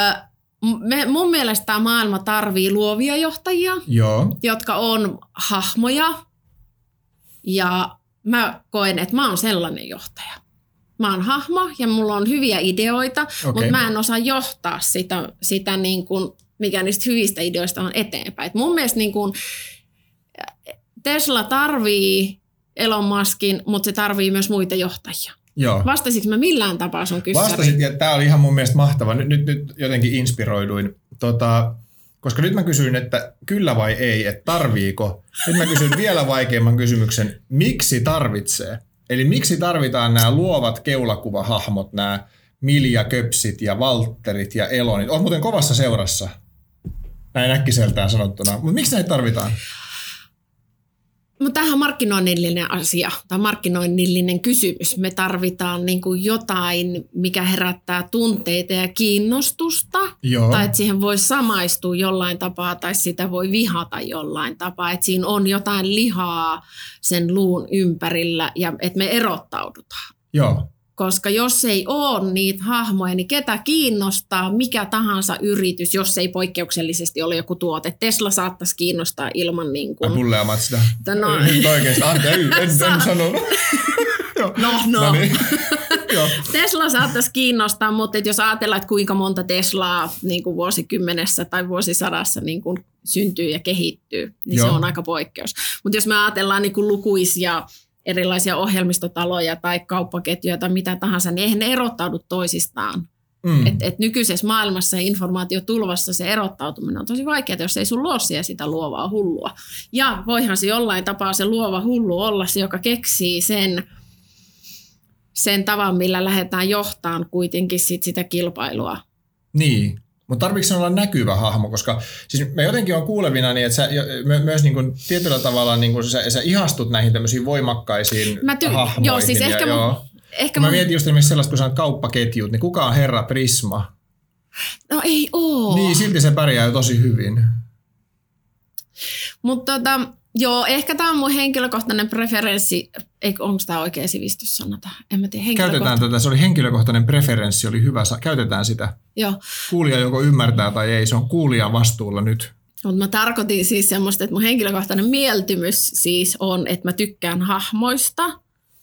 Mun mielestä tämä maailma tarvii luovia johtajia, jotka on hahmoja. Ja mä koen, että mä oon sellainen johtaja. Mä oon hahmo ja mulla on hyviä ideoita, mutta mä en osaa johtaa sitä niin kuin, mikä niistä hyvistä ideoista on eteenpäin. Et mun mielestä niin kuin Tesla tarvii Elon Muskin, mutta se tarvii myös muita johtajia. Joo. Vastasinko mä millään tapaa sun kyssäriin? Vastasit, ja tämä oli ihan mun mielestä mahtava. Nyt jotenkin inspiroiduin. Koska nyt mä kysyin, että kyllä vai ei, että tarviiko. Nyt mä kysyn vielä vaikeamman kysymyksen, miksi tarvitsee? Eli miksi tarvitaan nämä luovat keulakuvahahmot, nämä Milja Köpsit ja Valtterit ja Elonit? Olet muuten kovassa seurassa, näin äkkiseltään sanottuna. Mutta miksi näitä tarvitaan? Mutta tämähän on markkinoinnillinen asia tai markkinoinnillinen kysymys. Me tarvitaan niin kuin jotain, mikä herättää tunteita ja kiinnostusta. Joo. Tai että siihen voi samaistua jollain tapaa tai sitä voi vihata jollain tapaa. Että siinä on jotain lihaa sen luun ympärillä ja että me erottaudutaan. Joo. Koska jos ei ole niitä hahmoja, niin ketä kiinnostaa mikä tahansa yritys, jos ei poikkeuksellisesti ole joku tuote. Tesla saattaisi kiinnostaa ilman niin kuin... Pulleamat sitä. No. Nyt oikeasti. En sanonut. No. Niin. Tesla saattaisi kiinnostaa, mutta jos ajatellaan, että kuinka monta Teslaa niin kuin vuosikymmenessä tai vuosisadassa niin kuin syntyy ja kehittyy, niin se on aika poikkeus. Mutta jos me ajatellaan niin kuin lukuisia erilaisia ohjelmistotaloja tai kauppaketjuja tai mitä tahansa, niin eihän ne erottaudu toisistaan. Et nykyisessä maailmassa ja informaatiotulvassa se erottautuminen on tosi vaikeaa, jos ei sun ole siellä sitä luovaa hullua. Ja voihan se jollain tapaa se luova hullu olla se, joka keksii sen tavan, millä lähdetään johtamaan kuitenkin sitä kilpailua. Niin. Mutta tarvitsetko olla näkyvä hahmo, koska siis mä jotenkin on kuulevina, niin että sä myös niin kuin tietyllä tavalla niin kuin sä ihastut näihin tämmöisiin voimakkaisiin hahmoihin. Joo, siis mä mietin just esimerkiksi sellaista, kun sä on kauppaketjut, niin kuka on herra Prisma? No ei oo. Niin, silti se pärjää jo tosi hyvin. Mutta ehkä tämä on mun henkilökohtainen preferenssi. Onko tämä oikea sivistyssana? En mä tiedä. Käytetään tätä. Se oli henkilökohtainen preferenssi, oli hyvä. Käytetään sitä. Joo. Kuulija joko ymmärtää tai ei. Se on kuulijan vastuulla nyt. Mutta mä tarkoitin siis semmoista, että mun henkilökohtainen mieltymys siis on, että mä tykkään hahmoista.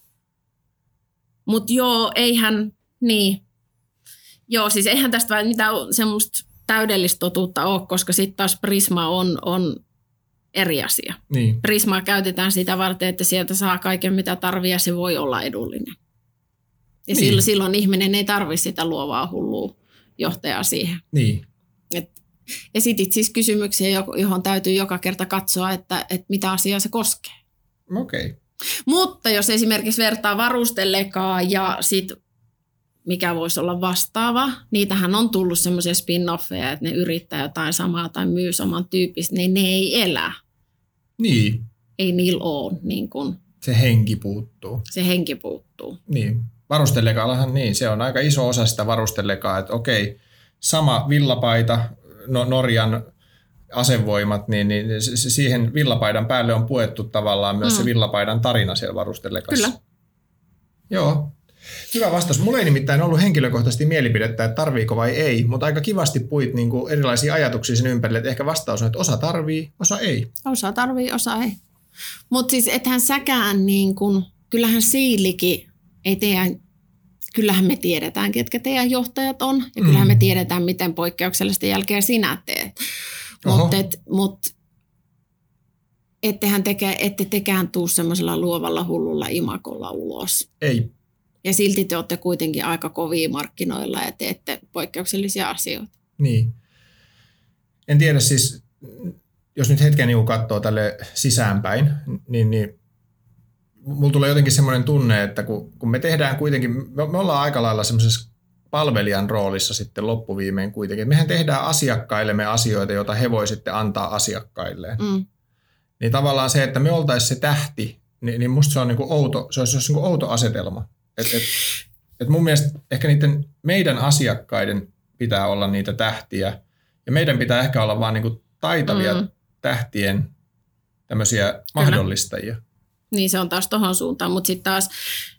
Mutta joo, eihän, niin. Joo, siis eihän tästä mitään semmoista täydellistä totuutta ole, koska sitten taas Prisma on eri asia. Niin. Prismaa käytetään sitä varten, että sieltä saa kaiken mitä tarvii ja se voi olla edullinen. Ja niin. silloin ihminen ei tarvitse sitä luovaa hullua johtajaa siihen. Niin. Esitit siis kysymyksiä, johon täytyy joka kerta katsoa, että mitä asiaa se koskee. Okei. Okay. Mutta jos esimerkiksi vertaa varustelekaa ja sitten mikä voisi olla vastaava, niitähän on tullut semmoisia spin-offeja, että ne yrittää jotain samaa tai myy saman tyyppistä, niin ne ei elä. Niin. Ei niillä ole. Niin kun, se henki puuttuu. Se henki puuttuu. Niin. Varustellekaallahan niin, se on aika iso osa sitä varustelekaa, että okei, sama villapaita, Norjan asevoimat, niin siihen villapaidan päälle on puettu tavallaan myös se villapaidan tarina siellä varustellekassa. Kyllä. Joo. Hyvä vastaus. Mulla ei nimittäin ollut henkilökohtaisesti mielipidettä, että tarviiko vai ei, mutta aika kivasti puit niin kuin erilaisia ajatuksia sen ympärille, että ehkä vastaus on, että osa tarvii, osa ei. Osa tarvii, osa ei. Mutta siis ethän säkään, niin kun, kyllähän Siilikin ei teidän, kyllähän me tiedetään, ketkä teidän johtajat on, ja kyllähän me tiedetään, miten poikkeuksellista jälkeä sinä teet. Mutta ette tekään tuu semmoisella luovalla hullulla imakolla ulos. Ei. Ja silti te olette kuitenkin aika kovia markkinoilla ja teette poikkeuksellisia asioita. Niin. En tiedä siis, jos nyt hetken niin katsoo tälle sisäänpäin, niin mulla tulee jotenkin semmoinen tunne, että kun me tehdään kuitenkin, me ollaan aika lailla semmoisessa palvelijan roolissa sitten loppuviimein kuitenkin. Mehän tehdään asiakkaillemme asioita, joita he voi sitten antaa asiakkailleen. Niin tavallaan se, että me oltaisiin se tähti, niin musta se on niin kuin outo, se olisi niin kuin outo asetelma. Et mun mielestä ehkä niiden meidän asiakkaiden pitää olla niitä tähtiä ja meidän pitää ehkä olla vaan niinku taitavia tähtien tämmöisiä mahdollistajia. Niin se on taas tohon suuntaan, mutta sitten taas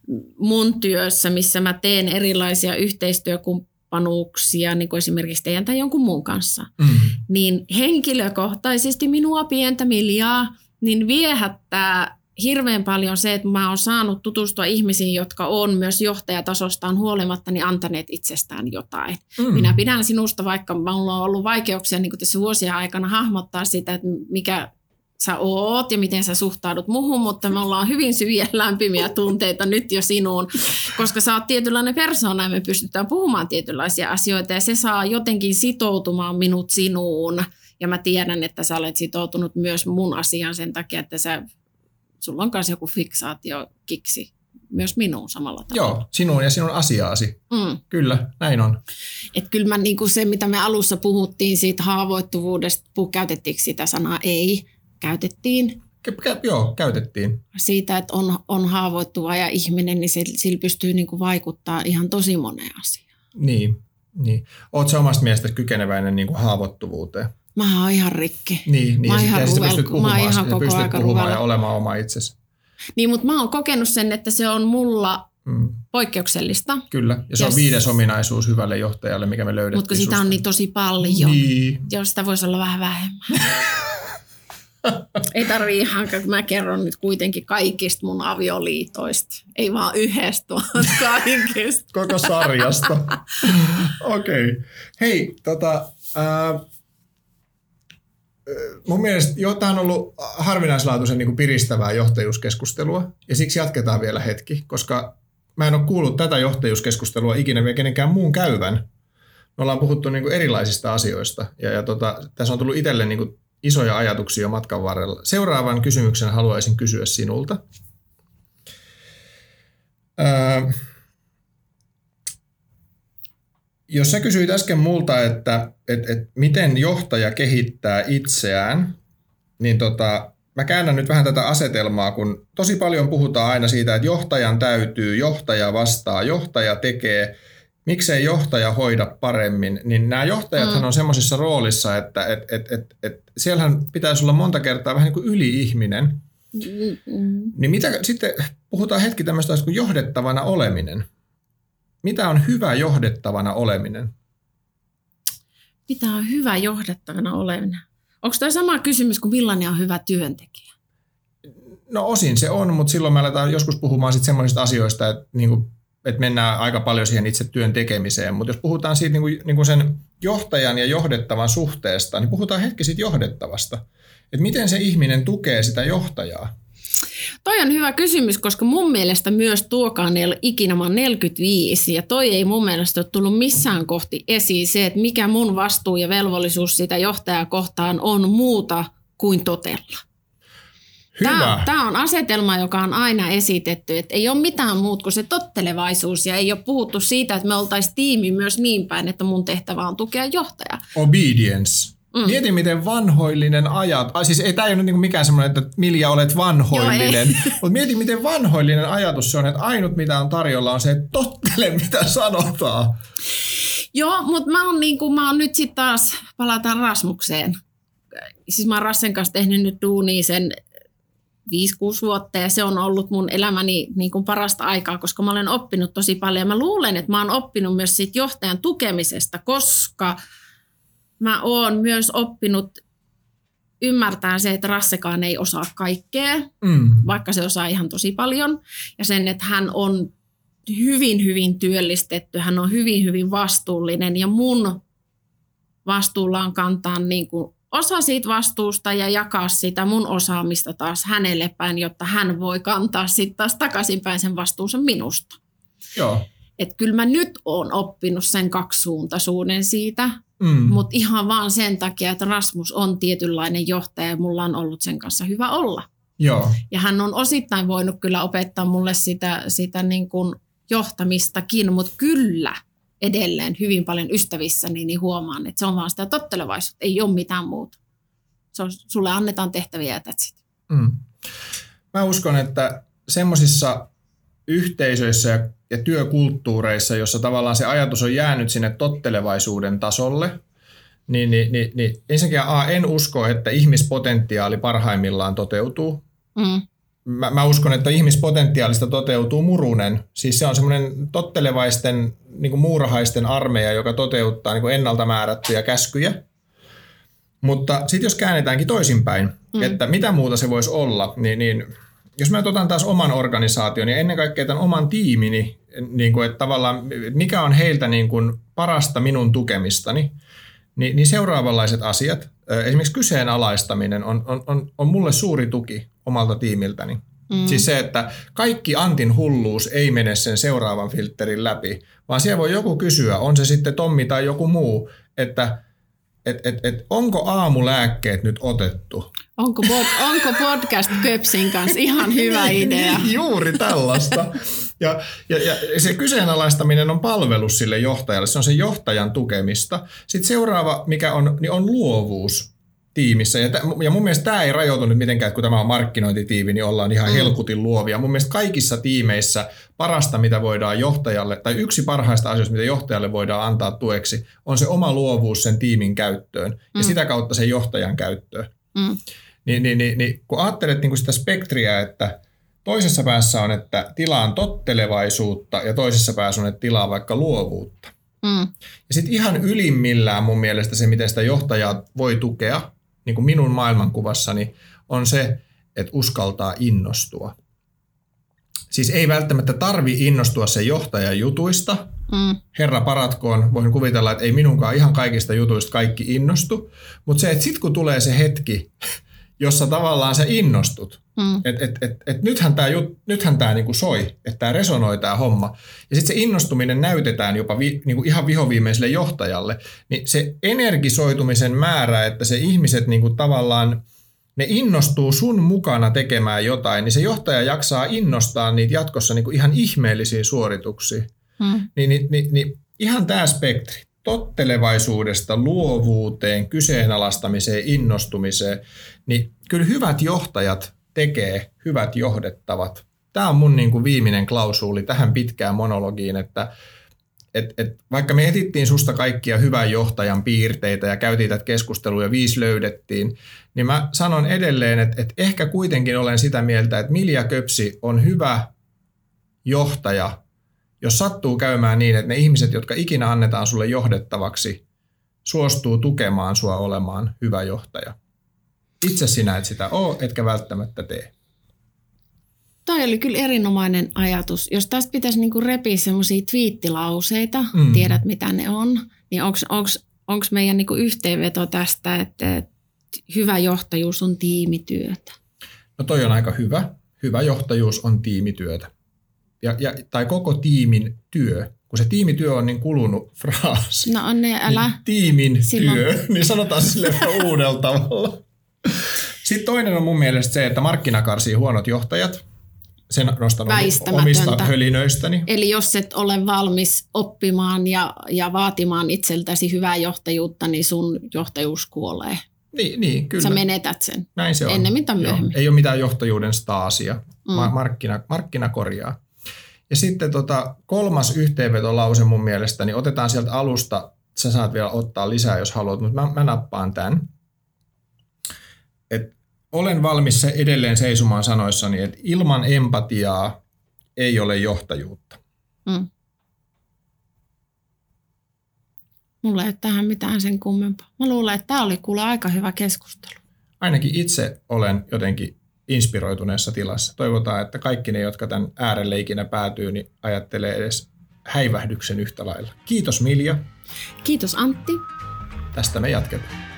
mun työssä, missä mä teen erilaisia yhteistyökumppanuuksia, niin kuin esimerkiksi teidän tai jonkun muun kanssa, niin henkilökohtaisesti minua pientä miljaa, niin viehättää hirveän paljon se, että mä oon saanut tutustua ihmisiin, jotka on myös johtajatasostaan huolimatta, niin antaneet itsestään jotain. Minä pidän sinusta, vaikka mulla on ollut vaikeuksia niin kuin tässä vuosien aikana hahmottaa sitä, että mikä sä oot ja miten sä suhtaudut muhun, mutta me ollaan hyvin syviä lämpimiä tunteita nyt jo sinuun, koska sä oot tietynlainen persoona ja me pystytään puhumaan tietynlaisia asioita ja se saa jotenkin sitoutumaan minut sinuun ja mä tiedän, että sä olet sitoutunut myös mun asiaan sen takia, että sulla on myös joku fiksaatiokiksi myös minuun samalla tavalla. Joo, sinuun ja sinun asiaasi. Kyllä, näin on. Että kyllä mä niinku se, mitä me alussa puhuttiin siitä haavoittuvuudesta, käytettiinkö sitä sanaa ei, käytettiin. Joo, käytettiin. Siitä, että on haavoittuva ja ihminen, niin sillä pystyy niinku vaikuttaa ihan tosi moneen asiaan. Niin. Oletko sä omasta mielestäsi kykeneväinen niinku haavoittuvuuteen? Mä oon ihan rikki. Niin mä ja pystyt puhumaan ja olemaan oma itsesi. Niin, mutta mä oon kokenut sen, että se on mulla poikkeuksellista. Kyllä, ja se on 5. ominaisuus hyvälle johtajalle, mikä me löydettiin. Mutta kun sitä on niin tosi paljon, niin. Jos sitä voisi olla vähän vähemmän. Ei tarvii ihan, kun mä kerron nyt kuitenkin kaikista mun avioliitoista. Ei vaan yhdestä, vaan kaikista. Koko sarjasta. Okei. Hei, mun mielestä tämä on ollut harvinaislaatuisen niin kuin piristävää johtajuuskeskustelua ja siksi jatketaan vielä hetki, koska mä en ole kuullut tätä johtajuuskeskustelua ikinä vielä kenenkään muun käyvän. Me ollaan puhuttu niin kuin erilaisista asioista ja tässä on tullut itselle niin kuin isoja ajatuksia jo matkan varrella. Seuraavan kysymyksen haluaisin kysyä sinulta. Jos sä kysyit äsken multa, että miten johtaja kehittää itseään, niin mä käännän nyt vähän tätä asetelmaa, kun tosi paljon puhutaan aina siitä, että johtajan täytyy, johtaja vastaa, johtaja tekee, miksei johtaja hoida paremmin, niin nämä johtajathan on semmoisessa roolissa, että siellähän pitäisi olla monta kertaa vähän niin kuin yli-ihminen. Niin mitä sitten, puhutaan hetki tämmöistä kuin johdettavana oleminen. Mitä on hyvä johdettavana oleminen? Mitä on hyvä johdettavana oleminen? Onko tämä sama kysymys kuin millainen on hyvä työntekijä? No osin se on, mutta silloin me aletaan joskus puhumaan sitten semmoisista asioista, että, niinku, että mennään aika paljon siihen itse työn tekemiseen. Mutta jos puhutaan siitä niinku sen johtajan ja johdettavan suhteesta, niin puhutaan hetki siitä johdettavasta. Että miten se ihminen tukee sitä johtajaa? Toi on hyvä kysymys, koska mun mielestä myös tuokaan ei ole ikinä, mä oon 45 ja toi ei mun mielestä ole tullut missään kohti esiin se, että mikä mun vastuu ja velvollisuus sitä johtajaa kohtaan on muuta kuin totella. Hyvä. Tämä on asetelma, joka on aina esitetty, että ei ole mitään muuta kuin se tottelevaisuus ja ei ole puhuttu siitä, että me oltaisiin tiimi myös niin päin, että mun tehtävä on tukea johtajaa. Obedience. Mieti, miten vanhoillinen siis ei tämä ole nyt mikään semmoinen, että Milja olet vanhoillinen, mutta mieti, miten vanhoillinen ajatus se on, että ainut mitä on tarjolla on se, että tottele mitä sanotaan. Joo, mutta mä oon nyt sitten taas, palataan Rasmukseen. Siis mä oon Rassen kanssa tehnyt nyt duunia sen 5-6 vuotta ja se on ollut mun elämäni niin kuin parasta aikaa, koska mä olen oppinut tosi paljon. Mä luulen, että mä oon oppinut myös siitä johtajan tukemisesta, koska mä oon myös oppinut ymmärtää se, että Rassekaan ei osaa kaikkea, vaikka se osaa ihan tosi paljon. Ja sen, että hän on hyvin, hyvin työllistetty, hän on hyvin, hyvin vastuullinen ja mun vastuulla on kantaa niin kuin osa siitä vastuusta ja jakaa sitä mun osaamista taas hänelle päin, jotta hän voi kantaa sitten taas takaisinpäin sen vastuunsa minusta. Joo. Että kyllä mä nyt oon oppinut sen kaksisuuntaisuuden siitä, mutta ihan vaan sen takia, että Rasmus on tietynlainen johtaja ja mulla on ollut sen kanssa hyvä olla. Joo. Ja hän on osittain voinut kyllä opettaa mulle sitä niin kuin johtamistakin, mutta kyllä edelleen hyvin paljon ystävissäni niin huomaan, että se on vaan sitä tottelevaisuutta, ei ole mitään muuta. Sulle annetaan tehtäviä ja that's it. Mä uskon, että semmoisissa yhteisöissä ja työkulttuureissa, jossa tavallaan se ajatus on jäänyt sinne tottelevaisuuden tasolle, niin ensinnäkin en usko, että ihmispotentiaali parhaimmillaan toteutuu. Mä uskon, että ihmispotentiaalista toteutuu murunen. Siis se on semmoinen tottelevaisten niin kuin muurahaisten armeija, joka toteuttaa niin kuin ennalta määrättyjä käskyjä. Mutta sitten jos käännetäänkin toisinpäin, että mitä muuta se voisi olla, niin jos mä otan taas oman organisaation ja ennen kaikkea tämän oman tiimini, niin kuin, että tavallaan mikä on heiltä niin kuin parasta minun tukemistani, niin seuraavanlaiset asiat, esimerkiksi kyseenalaistaminen on mulle suuri tuki omalta tiimiltäni. Siis se, että kaikki Antin hulluus ei mene sen seuraavan filterin läpi, vaan siellä voi joku kysyä, on se sitten Tommi tai joku muu, että onko aamulääkkeet nyt otettu? Onko podcast Köpsin kanssa ihan hyvä idea? Juuri tällaista. Ja se kyseenalaistaminen on palvelus sille johtajalle. Se on sen johtajan tukemista. Sitten seuraava, mikä on, niin on luovuus tiimissä. Ja mun mielestä tämä ei rajoitu nyt mitenkään, että kun tämä on markkinointitiimi, niin ollaan ihan helkutin luovia. Mun mielestä kaikissa tiimeissä parasta, mitä voidaan johtajalle, tai yksi parhaista asioista, mitä johtajalle voidaan antaa tueksi, on se oma luovuus sen tiimin käyttöön ja sitä kautta sen johtajan käyttöön. Niin, kun ajattelet niin kuin sitä spektriä, että toisessa päässä on, että tilaan tottelevaisuutta ja toisessa päässä on, että tilaa vaikka luovuutta. Ja sitten ihan ylimmillään mun mielestä se, miten sitä johtajaa voi tukea, niin kuin minun maailmankuvassani, on se, että uskaltaa innostua. Siis ei välttämättä tarvi innostua sen johtajan jutuista. Herra paratkoon, voin kuvitella, että ei minunkaan ihan kaikista jutuista kaikki innostu. Mutta se, että sitten kun tulee se hetki, jossa tavallaan sä innostut, että nythän tämä niinku soi, että tämä resonoi tämä homma. Ja sitten se innostuminen näytetään jopa niinku ihan vihoviimeiselle johtajalle. Niin se energisoitumisen määrä, että se ihmiset niinku tavallaan, ne innostuu sun mukana tekemään jotain, niin se johtaja jaksaa innostaa niitä jatkossa niinku ihan ihmeellisiin suorituksiin. Niin ihan tämä spektri. Tottelevaisuudesta luovuuteen, kyseenalaistamiseen, innostumiseen, niin kyllä hyvät johtajat tekee hyvät johdettavat. Tämä on mun niin kuin viimeinen klausuuli tähän pitkään monologiin, että vaikka me etittiin susta kaikkia hyvän johtajan piirteitä ja käytiin tätä keskustelua ja 5 löydettiin, niin mä sanon edelleen, että ehkä kuitenkin olen sitä mieltä, että Milja Köpsi on hyvä johtaja, jos sattuu käymään niin, että ne ihmiset, jotka ikinä annetaan sulle johdettavaksi, suostuu tukemaan sua olemaan hyvä johtaja. itse sinä et sitä ole, etkä välttämättä tee. Toi oli kyllä erinomainen ajatus. Jos tästä pitäisi niinku repiä semmoisia twiittilauseita, tiedät mitä ne on, niin onko meidän niinku yhteenveto tästä, että hyvä johtajuus on tiimityötä? No toi on aika hyvä. Hyvä johtajuus on tiimityötä. Tai koko tiimin työ. Kun se tiimityö on niin kulunut fraasi. No älä. Niin tiimin työ, niin sanotaan sille uudella tavalla. Sitten toinen on mun mielestä se, että markkina karsii huonot johtajat. Sen nostan omista hölinöistäni. Eli jos et ole valmis oppimaan ja vaatimaan itseltäsi hyvää johtajuutta, niin sun johtajuus kuolee. Niin, kyllä. Sä menetät sen. Näin se on. Ennemmin tai myöhemmin. Ei ole mitään johtajuuden staasia. Markkina korjaa. Ja sitten kolmas yhteenvetolause mun mielestä, niin otetaan sieltä alusta, sä saat vielä ottaa lisää, jos haluat, mutta mä nappaan tämän. Olen valmis edelleen seisomaan sanoissani, että ilman empatiaa ei ole johtajuutta. Mulla ei ole tähän mitään sen kummempaa. Mä luulen, että tämä oli kuule aika hyvä keskustelu. Ainakin itse olen jotenkin inspiroituneessa tilassa. Toivotaan, että kaikki ne, jotka tämän äärelle ikinä päätyy, niin ajattelee edes häivähdyksen yhtä lailla. Kiitos Milja. Kiitos Antti. Tästä me jatketaan.